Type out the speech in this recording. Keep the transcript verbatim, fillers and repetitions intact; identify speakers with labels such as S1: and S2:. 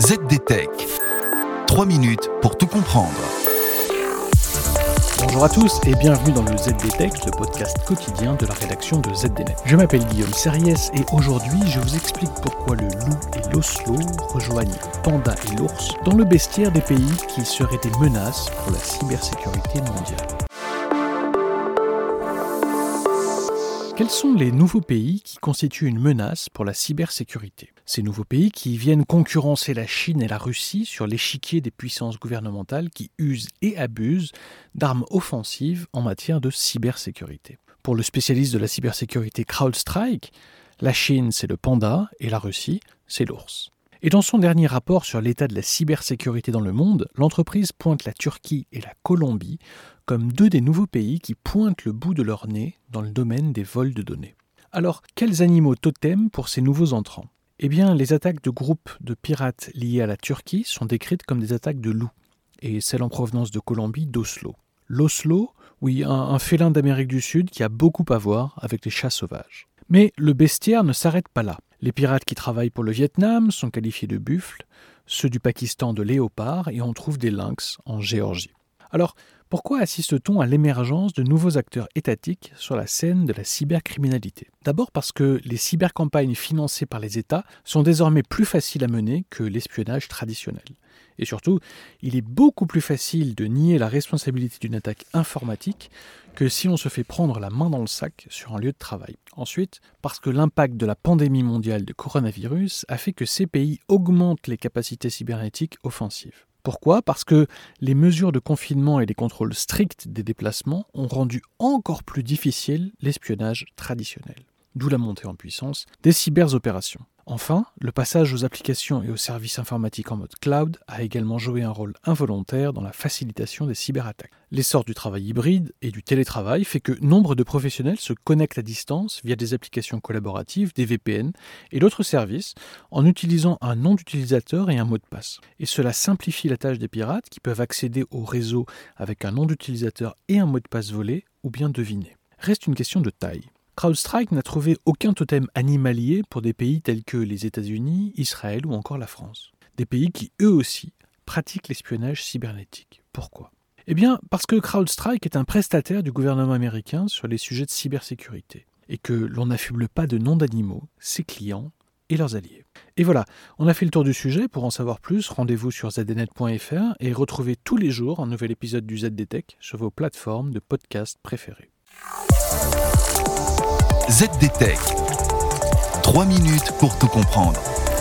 S1: Z D Tech. trois minutes pour tout comprendre.
S2: Bonjour à tous et bienvenue dans le Z D Tech, le podcast quotidien de la rédaction de Z D Net. Je m'appelle Guillaume Serriès et aujourd'hui je vous explique pourquoi le loup et l'oslo rejoignent le panda et l'ours dans le bestiaire des pays qui seraient des menaces pour la cybersécurité mondiale. Quels sont les nouveaux pays qui constituent une menace pour la cybersécurité ? Ces nouveaux pays qui viennent concurrencer la Chine et la Russie sur l'échiquier des puissances gouvernementales qui usent et abusent d'armes offensives en matière de cybersécurité. Pour le spécialiste de la cybersécurité CrowdStrike, la Chine c'est le panda et la Russie c'est l'ours. Et dans son dernier rapport sur l'état de la cybersécurité dans le monde, l'entreprise pointe la Turquie et la Colombie comme deux des nouveaux pays qui pointent le bout de leur nez dans le domaine des vols de données. Alors, quels animaux totems pour ces nouveaux entrants ? Eh bien, les attaques de groupes de pirates liées à la Turquie sont décrites comme des attaques de loups, et celles en provenance de Colombie d'oslo. L'oslo, oui, un, un félin d'Amérique du Sud qui a beaucoup à voir avec les chats sauvages. Mais le bestiaire ne s'arrête pas là. Les pirates qui travaillent pour le Vietnam sont qualifiés de buffles, ceux du Pakistan de léopards, et on trouve des lynx en Géorgie. Alors, pourquoi assiste-t-on à l'émergence de nouveaux acteurs étatiques sur la scène de la cybercriminalité ? D'abord parce que les cybercampagnes financées par les États sont désormais plus faciles à mener que l'espionnage traditionnel. Et surtout, il est beaucoup plus facile de nier la responsabilité d'une attaque informatique que si on se fait prendre la main dans le sac sur un lieu de travail. Ensuite, parce que l'impact de la pandémie mondiale de coronavirus a fait que ces pays augmentent les capacités cybernétiques offensives. Pourquoi ? Parce que les mesures de confinement et les contrôles stricts des déplacements ont rendu encore plus difficile l'espionnage traditionnel. D'où la montée en puissance des cyberopérations. Enfin, le passage aux applications et aux services informatiques en mode cloud a également joué un rôle involontaire dans la facilitation des cyberattaques. L'essor du travail hybride et du télétravail fait que nombre de professionnels se connectent à distance via des applications collaboratives, des V P N et d'autres services en utilisant un nom d'utilisateur et un mot de passe. Et cela simplifie la tâche des pirates qui peuvent accéder au réseau avec un nom d'utilisateur et un mot de passe volé ou bien deviné. Reste une question de taille. CrowdStrike n'a trouvé aucun totem animalier pour des pays tels que les États-Unis, Israël ou encore la France. Des pays qui, eux aussi, pratiquent l'espionnage cybernétique. Pourquoi ? Eh bien, parce que CrowdStrike est un prestataire du gouvernement américain sur les sujets de cybersécurité et que l'on n'affuble pas de noms d'animaux, ses clients et leurs alliés. Et voilà, on a fait le tour du sujet. Pour en savoir plus, rendez-vous sur z d net point f r et retrouvez tous les jours un nouvel épisode du Z D Tech sur vos plateformes de podcast préférées.
S1: Z D Tech. trois minutes pour tout comprendre.